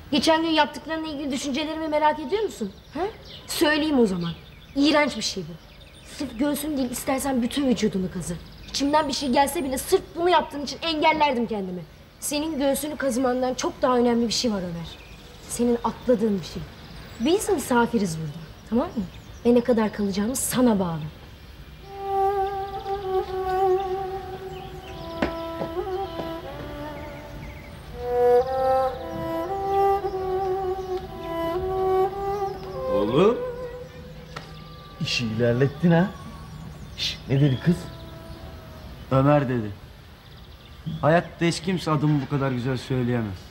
Geçen gün yaptıklarına ilgili düşüncelerimi merak ediyor musun? Ha? Söyleyeyim o zaman. İğrenç bir şey bu. Sırf göğsün değil, istersen bütün vücudunu kazı. İçimden bir şey gelse bile sırf bunu yaptığın için engellerdim kendimi. Senin göğsünü kazımandan çok daha önemli bir şey var Ömer. Senin atladığın bir şey. Biz misafiriz burada, tamam mı? Ve ne kadar kalacağımız sana bağlı. Oğlum. İşi ilerlettin ha. Şş, ne dedi kız? Ömer dedi. Hayatta hiç kimse adımı bu kadar güzel söyleyemez.